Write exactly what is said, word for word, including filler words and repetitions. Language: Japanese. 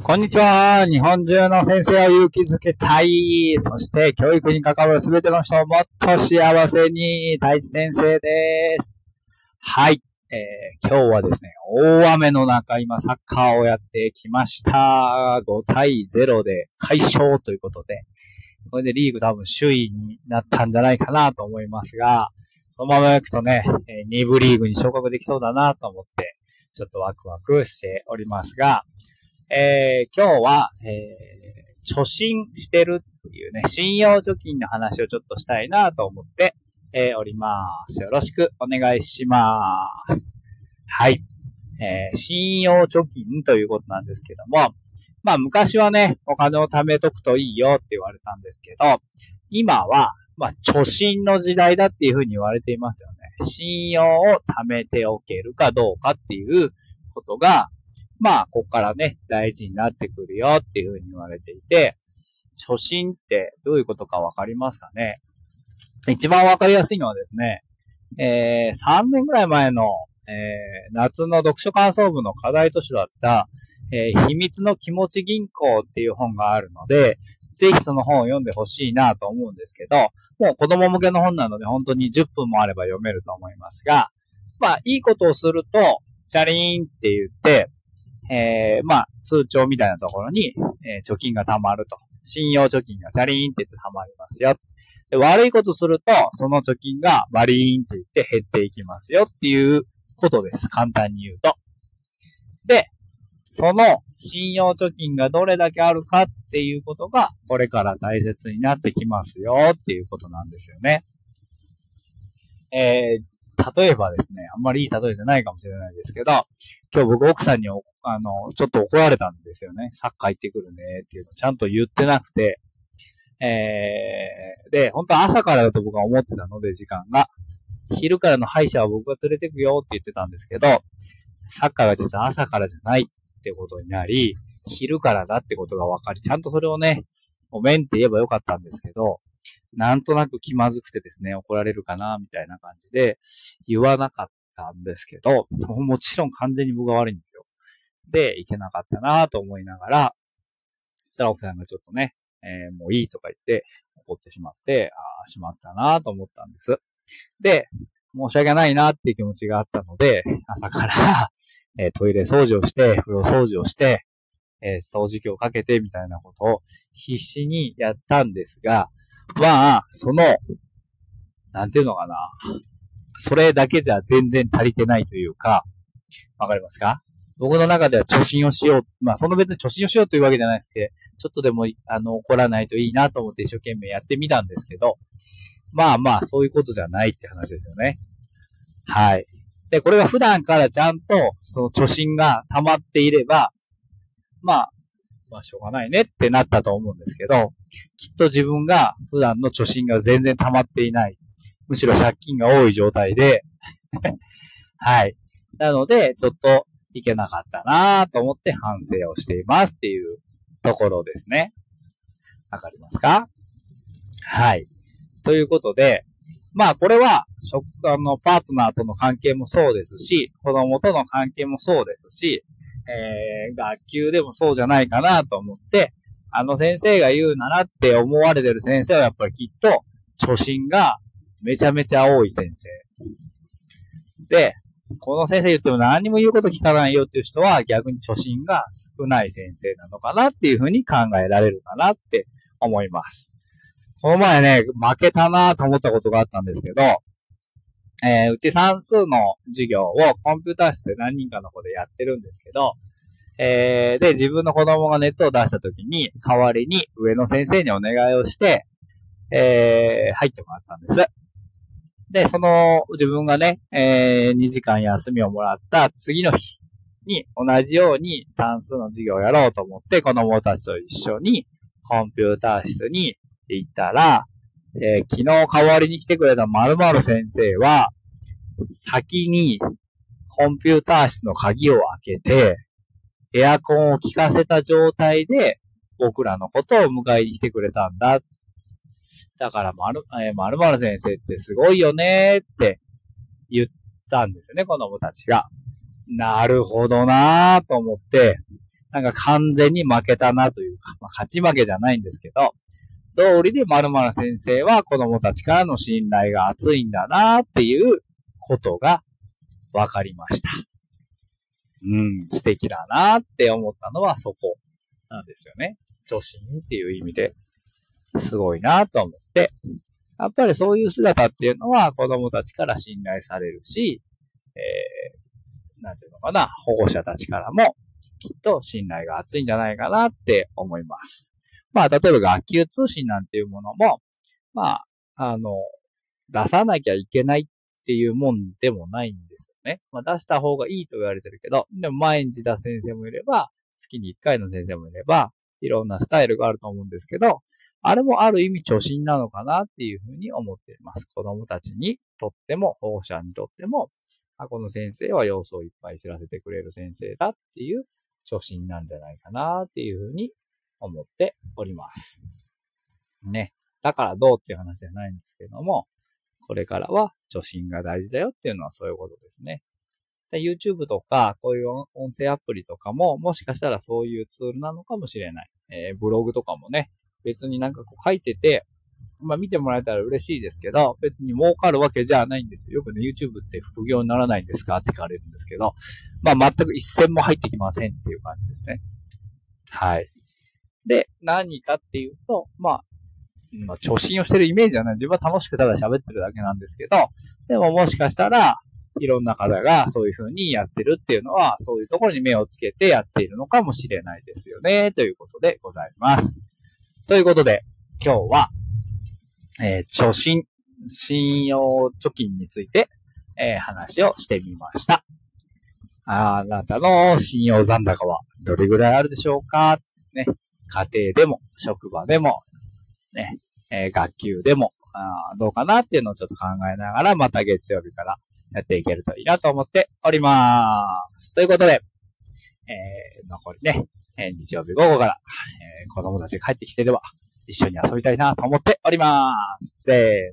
こんにちは。日本中の先生を勇気づけたい。そして教育に関わるすべての人をもっと幸せに。大地先生です。はい、えー。今日はですね、大雨の中今サッカーをやってきました。ごたいゼロで快勝ということで。これでリーグ多分首位になったんじゃないかなと思いますが、そのまま行くとね、に部リーグに昇格できそうだなと思って、ちょっとワクワクしておりますが、えー、今日は、えー、貯金してるっていうね、信用貯金の話をちょっとしたいなと思って、えー、おります。よろしくお願いします。はい。えー、信用貯金ということなんですけども、まあ昔はね、お金を貯めとくといいよって言われたんですけど、今は、まあ貯金の時代だっていうふうに言われていますよね。信用を貯めておけるかどうかっていうことが、まあ、ここからね、大事になってくるよっていうふうに言われていて、貯金ってどういうことかわかりますかね？一番わかりやすいのはですね、えー、さんねんぐらい前の、えー、夏の読書感想文の課題図書だった、えー、秘密の気持ち銀行っていう本があるので、ぜひその本を読んでほしいなと思うんですけど、もう子供向けの本なので本当にじゅっぷんもあれば読めると思いますが、まあ、いいことをすると、チャリーンって言って、えー、まあ、通帳みたいなところに、えー、貯金が貯まると。信用貯金がチャリーンって言って貯まりますよ。で、悪いことすると、その貯金がバリーンって言って減っていきますよっていうことです。簡単に言うと。で、その信用貯金がどれだけあるかっていうことが、これから大切になってきますよっていうことなんですよね。えー、例えばですね、あんまりいい例えじゃないかもしれないですけど、今日僕奥さんにあの、ちょっと怒られたんですよね。サッカー行ってくるねっていうのをちゃんと言ってなくて、えー、で、本当は朝からだと僕は思ってたので、時間が。昼からの歯医者は僕が連れてくよって言ってたんですけど、サッカーが実は朝からじゃないってことになり、昼からだってことが分かり、ちゃんとそれをね、ごめんって言えばよかったんですけど、なんとなく気まずくてですね、怒られるかな、みたいな感じで言わなかったんですけど、もちろん完全に僕が悪いんですよ。で、いけなかったなと思いながら、そしたら奥さんがちょっとね、えー、もういいとか言って怒ってしまって、ああ、しまったなと思ったんです。で、申し訳ないなっていう気持ちがあったので、朝から、えー、トイレ掃除をして、風呂掃除をして、えー、掃除機をかけてみたいなことを必死にやったんですが、まあ、その、なんていうのかな。それだけじゃ全然足りてないというか、わかりますか？僕の中では貯金をしよう。まあ、その別に貯金をしようというわけじゃないですけど、ちょっとでも、あの、怒らないといいなと思って一生懸命やってみたんですけど、まあまあ、そういうことじゃないって話ですよね。はい。で、これは普段からちゃんと、その貯金が溜まっていれば、まあ、まあ、しょうがないねってなったと思うんですけど、きっと自分が普段の貯金が全然溜まっていない。むしろ借金が多い状態で、はい。なので、ちょっといけなかったなと思って反省をしていますっていうところですね。わかりますか？はい。ということで、まあこれは、職、あの、パートナーとの関係もそうですし、子供との関係もそうですし、えー、学級でもそうじゃないかなと思って、あの先生が言うならって思われてる先生はやっぱりきっと、貯金がめちゃめちゃ多い先生。で、この先生言っても何にも言うこと聞かないよっていう人は逆に貯金が少ない先生なのかなっていうふうに考えられるかなって思います。この前ね、負けたなと思ったことがあったんですけど、えー、うち算数の授業をコンピューター室で何人かの子でやってるんですけど、えー、で、自分の子供が熱を出した時に、代わりに上の先生にお願いをして、えー、入ってもらったんです。で、その自分がね、えー、にじかん休みをもらった次の日に同じように算数の授業をやろうと思って子供たちと一緒にコンピューター室に行ったら、えー、昨日代わりに来てくれた〇〇先生は先にコンピューター室の鍵を開けてエアコンを効かせた状態で僕らのことを迎えに来てくれたんだ。だから、まる、えー、まるまる先生ってすごいよねーって言ったんですよね、子供たちが。なるほどなーと思って、 なんか完全に負けたなというか、まあ、勝ち負けじゃないんですけど、道理で〇〇先生は子供たちからの信頼が厚いんだなっていうことが分かりました。うん、素敵だなって思ったのはそこなんですよね。初心っていう意味ですごいなと思って、やっぱりそういう姿っていうのは子供たちから信頼されるし、えー、なんていうのかな、保護者たちからもきっと信頼が厚いんじゃないかなって思います。まあ、例えば学級通信なんていうものも、まあ、あの、出さなきゃいけないっていうもんでもないんですよね。まあ、出した方がいいと言われてるけど、でも毎日出す先生もいれば、月にいっかいの先生もいれば、いろんなスタイルがあると思うんですけど、あれもある意味貯金なのかなっていうふうに思っています。子供たちにとっても、保護者にとっても、あ、この先生は様子をいっぱい知らせてくれる先生だっていう貯金なんじゃないかなっていうふうに思っております。ね。だからどうっていう話じゃないんですけども、これからは貯金が大事だよっていうのはそういうことですね。で YouTube とか、こういう音声アプリとかも、もしかしたらそういうツールなのかもしれない。えー、ブログとかもね、別になんかこう書いてて、まあ見てもらえたら嬉しいですけど、別に儲かるわけじゃないんですよ。よくね、YouTube って副業にならないんですかって聞かれるんですけど、まあ全く一銭も入ってきませんっていう感じですね。はい。で、何かっていうと、まあ、まあ、貯金をしてるイメージじゃない。自分は楽しくただ喋ってるだけなんですけど、でももしかしたら、いろんな方がそういう風にやってるっていうのは、そういうところに目をつけてやっているのかもしれないですよね、ということでございます。ということで、今日は、えー、貯金、信用貯金について、えー、話をしてみました。あなたの信用残高はどれぐらいあるでしょうかね。家庭でも、職場でも、ね、えー、学級でもあ、どうかなっていうのをちょっと考えながら、また月曜日からやっていけるといいなと思っております。ということで、えー、残りね、えー、日曜日午後から、えー、子供たちが帰ってきてれば、一緒に遊びたいなと思っております。せーの。